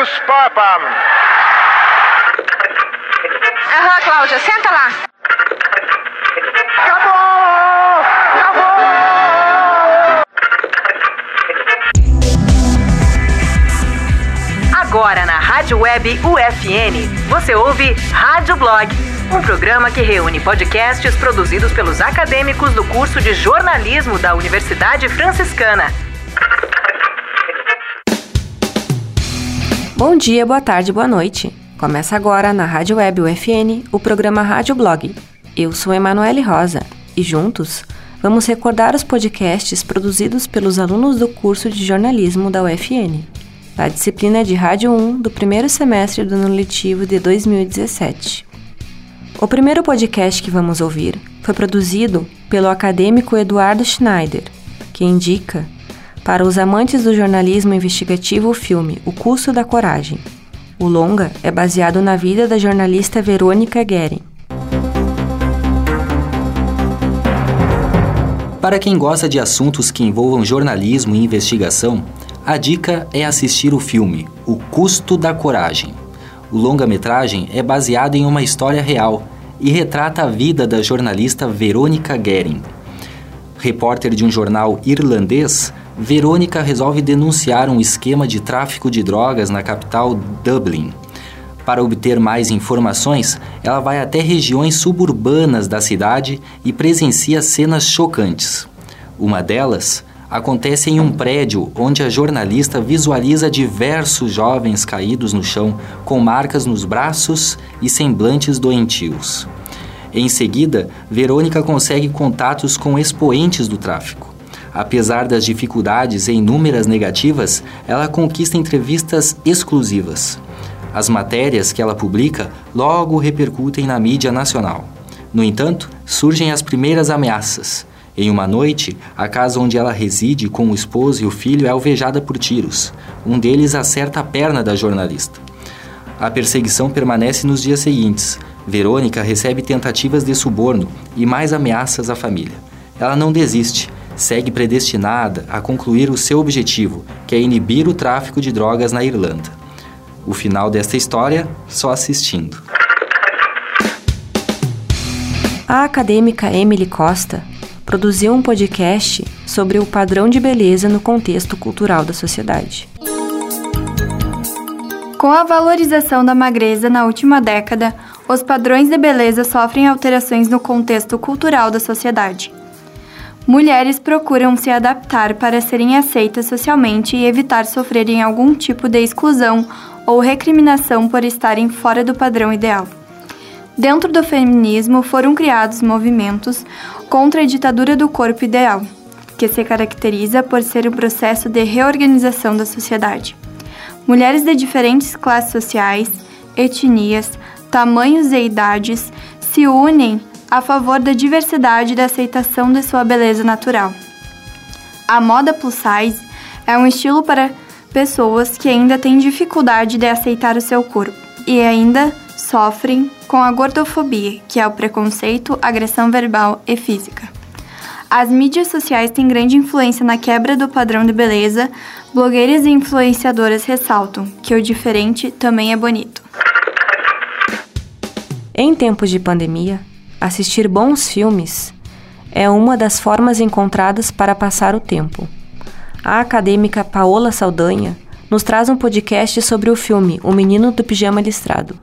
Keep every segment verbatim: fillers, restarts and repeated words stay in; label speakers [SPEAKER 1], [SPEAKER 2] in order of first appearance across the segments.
[SPEAKER 1] Habemus Papam.
[SPEAKER 2] Aham, Cláudia, senta lá.
[SPEAKER 1] Acabou! Acabou!
[SPEAKER 3] Agora na Rádio Web U F N, você ouve Rádio Blog, um programa que reúne podcasts produzidos pelos acadêmicos do curso de jornalismo da Universidade Franciscana.
[SPEAKER 4] Bom dia, boa tarde, boa noite. Começa agora na Rádio Web U F N o programa Rádio Blog. Eu sou Emanuele Rosa e juntos vamos recordar os podcasts produzidos pelos alunos do curso de jornalismo da U F N, da disciplina de Rádio um do primeiro semestre do ano letivo de dois mil e dezessete. O primeiro podcast que vamos ouvir foi produzido pelo acadêmico Eduardo Schneider, que indica para os amantes do jornalismo investigativo o filme O Custo da Coragem. O longa é baseado na vida da jornalista Verônica Guerin.
[SPEAKER 5] Para quem gosta de assuntos que envolvam jornalismo e investigação, a dica é assistir o filme O Custo da Coragem. O longa-metragem é baseado em uma história real e retrata a vida da jornalista Verônica Guerin. Repórter de um jornal irlandês, Verônica resolve denunciar um esquema de tráfico de drogas na capital Dublin. Para obter mais informações, ela vai até regiões suburbanas da cidade e presencia cenas chocantes. Uma delas acontece em um prédio onde a jornalista visualiza diversos jovens caídos no chão com marcas nos braços e semblantes doentios. Em seguida, Verônica consegue contatos com expoentes do tráfico. Apesar das dificuldades e inúmeras negativas, ela conquista entrevistas exclusivas. As matérias que ela publica logo repercutem na mídia nacional. No entanto, surgem as primeiras ameaças. Em uma noite, a casa onde ela reside com o esposo e o filho é alvejada por tiros. Um deles acerta a perna da jornalista. A perseguição permanece nos dias seguintes. Verônica recebe tentativas de suborno e mais ameaças à família. Ela não desiste. Segue predestinada a concluir o seu objetivo, que é inibir o tráfico de drogas na Irlanda. O final desta história, só assistindo.
[SPEAKER 4] A acadêmica Emily Costa produziu um podcast sobre o padrão de beleza no contexto cultural da sociedade.
[SPEAKER 6] Com a valorização da magreza na última década, os padrões de beleza sofrem alterações no contexto cultural da sociedade. Mulheres procuram se adaptar para serem aceitas socialmente e evitar sofrerem algum tipo de exclusão ou recriminação por estarem fora do padrão ideal. Dentro do feminismo foram criados movimentos contra a ditadura do corpo ideal, que se caracteriza por ser um processo de reorganização da sociedade. Mulheres de diferentes classes sociais, etnias, tamanhos e idades se unem a favor da diversidade e da aceitação de sua beleza natural. A moda plus size é um estilo para pessoas que ainda têm dificuldade de aceitar o seu corpo e ainda sofrem com a gordofobia, que é o preconceito, agressão verbal e física. As mídias sociais têm grande influência na quebra do padrão de beleza. Blogueiras e influenciadoras ressaltam que o diferente também é bonito.
[SPEAKER 4] Em tempos de pandemia, assistir bons filmes é uma das formas encontradas para passar o tempo. A acadêmica Paola Saldanha nos traz um podcast sobre o filme O Menino do Pijama Listrado.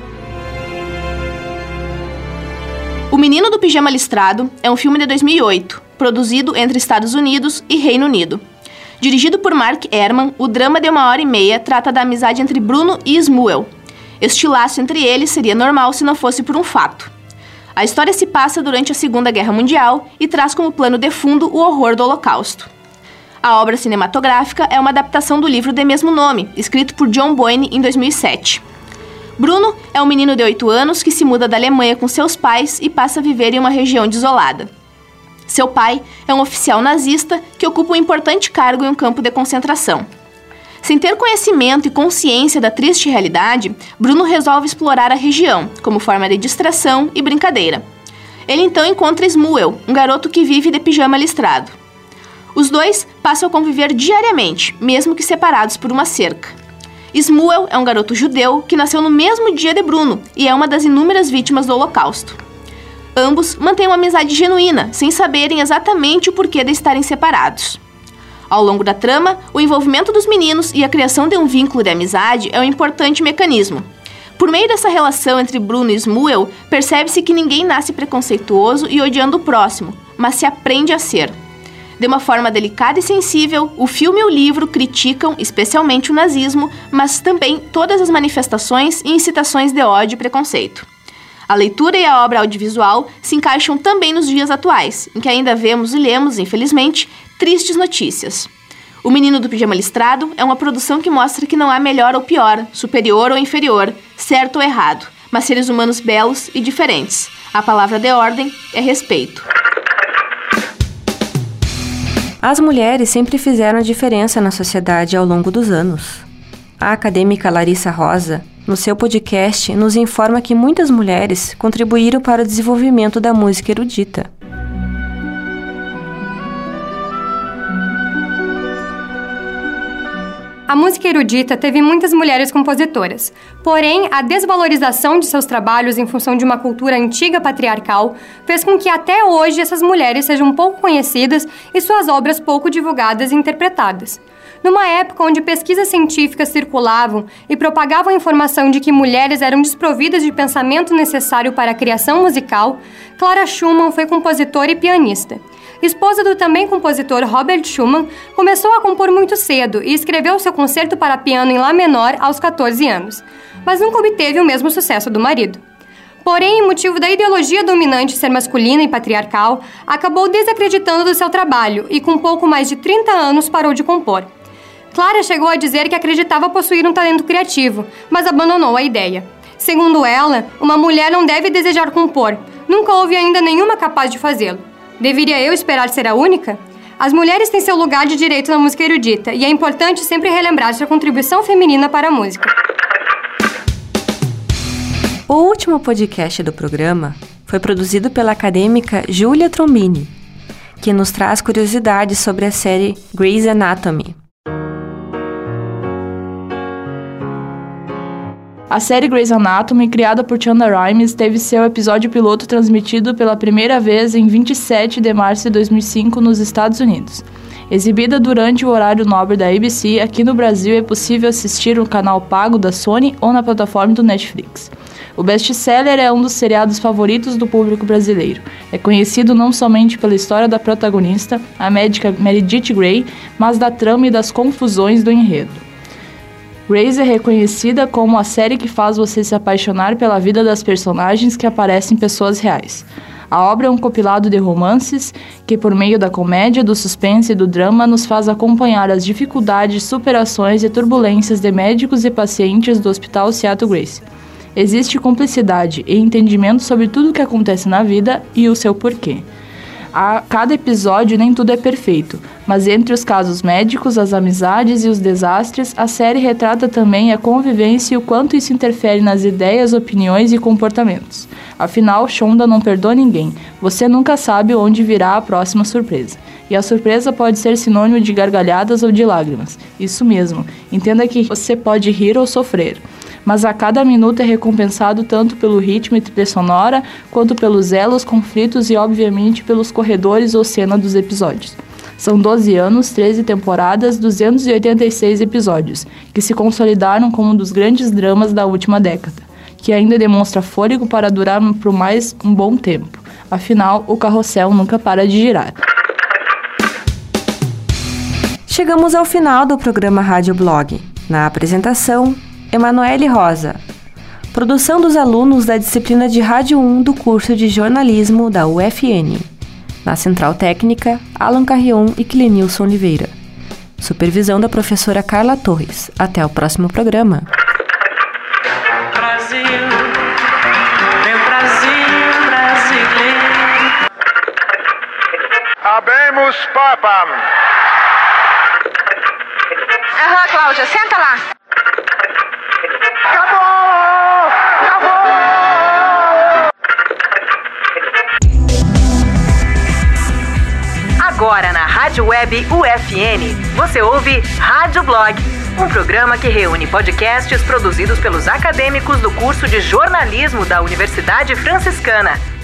[SPEAKER 7] O Menino do Pijama Listrado é um filme de dois mil e oito, produzido entre Estados Unidos e Reino Unido. Dirigido por Mark Herman, o drama de uma hora e meia trata da amizade entre Bruno e Smuel. Este laço entre eles seria normal se não fosse por um fato. A história se passa durante a Segunda Guerra Mundial e traz como plano de fundo o horror do Holocausto. A obra cinematográfica é uma adaptação do livro de mesmo nome, escrito por John Boyne em dois mil e sete. Bruno é um menino de oito anos que se muda da Alemanha com seus pais e passa a viver em uma região desolada. Seu pai é um oficial nazista que ocupa um importante cargo em um campo de concentração. Sem ter conhecimento e consciência da triste realidade, Bruno resolve explorar a região, como forma de distração e brincadeira. Ele então encontra Smuel, um garoto que vive de pijama listrado. Os dois passam a conviver diariamente, mesmo que separados por uma cerca. Shmuel é um garoto judeu que nasceu no mesmo dia de Bruno e é uma das inúmeras vítimas do Holocausto. Ambos mantêm uma amizade genuína, sem saberem exatamente o porquê de estarem separados. Ao longo da trama, o envolvimento dos meninos e a criação de um vínculo de amizade é um importante mecanismo. Por meio dessa relação entre Bruno e Shmuel, percebe-se que ninguém nasce preconceituoso e odiando o próximo, mas se aprende a ser. De uma forma delicada e sensível, o filme e o livro criticam especialmente o nazismo, mas também todas as manifestações e incitações de ódio e preconceito. A leitura e a obra audiovisual se encaixam também nos dias atuais, em que ainda vemos e lemos, infelizmente, tristes notícias. O Menino do Pijama Listrado é uma produção que mostra que não há melhor ou pior, superior ou inferior, certo ou errado, mas seres humanos belos e diferentes. A palavra de ordem é respeito.
[SPEAKER 4] As mulheres sempre fizeram a diferença na sociedade ao longo dos anos. A acadêmica Larissa Rosa, no seu podcast, nos informa que muitas mulheres contribuíram para o desenvolvimento da música erudita.
[SPEAKER 8] A música erudita teve muitas mulheres compositoras, porém, a desvalorização de seus trabalhos em função de uma cultura antiga patriarcal fez com que até hoje essas mulheres sejam pouco conhecidas e suas obras pouco divulgadas e interpretadas. Numa época onde pesquisas científicas circulavam e propagavam a informação de que mulheres eram desprovidas de pensamento necessário para a criação musical, Clara Schumann foi compositora e pianista. Esposa do também compositor Robert Schumann, começou a compor muito cedo e escreveu seu concerto para piano em Lá menor aos catorze anos, mas nunca obteve o mesmo sucesso do marido. Porém, em motivo da ideologia dominante ser masculina e patriarcal, acabou desacreditando do seu trabalho e com pouco mais de trinta anos parou de compor. Clara chegou a dizer que acreditava possuir um talento criativo, mas abandonou a ideia. Segundo ela, uma mulher não deve desejar compor, nunca houve ainda nenhuma capaz de fazê-lo. Deveria eu esperar ser a única? As mulheres têm seu lugar de direito na música erudita e é importante sempre relembrar sua contribuição feminina para a música.
[SPEAKER 4] O último podcast do programa foi produzido pela acadêmica Júlia Trombini, que nos traz curiosidades sobre a série Grey's Anatomy.
[SPEAKER 9] A série Grey's Anatomy, criada por Shonda Rhimes, teve seu episódio piloto transmitido pela primeira vez em vinte e sete de março de dois mil e cinco nos Estados Unidos. Exibida durante o horário nobre da A B C, aqui no Brasil é possível assistir no canal pago da Sony ou na plataforma do Netflix. O best-seller é um dos seriados favoritos do público brasileiro. É conhecido não somente pela história da protagonista, a médica Meredith Grey, mas da trama e das confusões do enredo. Grey's é reconhecida como a série que faz você se apaixonar pela vida das personagens que aparecem em pessoas reais. A obra é um compilado de romances que, por meio da comédia, do suspense e do drama, nos faz acompanhar as dificuldades, superações e turbulências de médicos e pacientes do Hospital Seattle Grace. Existe cumplicidade e entendimento sobre tudo o que acontece na vida e o seu porquê. A cada episódio nem tudo é perfeito, mas entre os casos médicos, as amizades e os desastres, a série retrata também a convivência e o quanto isso interfere nas ideias, opiniões e comportamentos. Afinal, Shonda não perdoa ninguém. Você nunca sabe onde virá a próxima surpresa. E a surpresa pode ser sinônimo de gargalhadas ou de lágrimas. Isso mesmo. Entenda que você pode rir ou sofrer. Mas a cada minuto é recompensado tanto pelo ritmo e trilha sonora, quanto pelos elos, conflitos e, obviamente, pelos corredores ou cena dos episódios. São doze anos, treze temporadas, duzentos e oitenta e seis episódios, que se consolidaram como um dos grandes dramas da última década, que ainda demonstra fôlego para durar por mais um bom tempo. Afinal, o carrossel nunca para de girar.
[SPEAKER 4] Chegamos ao final do programa Rádio Blog. Na apresentação, Emanuele Rosa. Produção dos alunos da disciplina de Rádio um do curso de jornalismo da U F N. Na Central Técnica, Alan Carrion e Clenilson Oliveira. Supervisão da professora Carla Torres. Até o próximo programa.
[SPEAKER 10] Brasil, meu Brasil brasileiro.
[SPEAKER 1] Habemus Papam.
[SPEAKER 2] Aham, Cláudia, senta lá.
[SPEAKER 1] Acabou! Acabou!
[SPEAKER 3] Agora na Rádio Web U F N, você ouve Rádio Blog, um programa que reúne podcasts produzidos pelos acadêmicos do curso de jornalismo da Universidade Franciscana.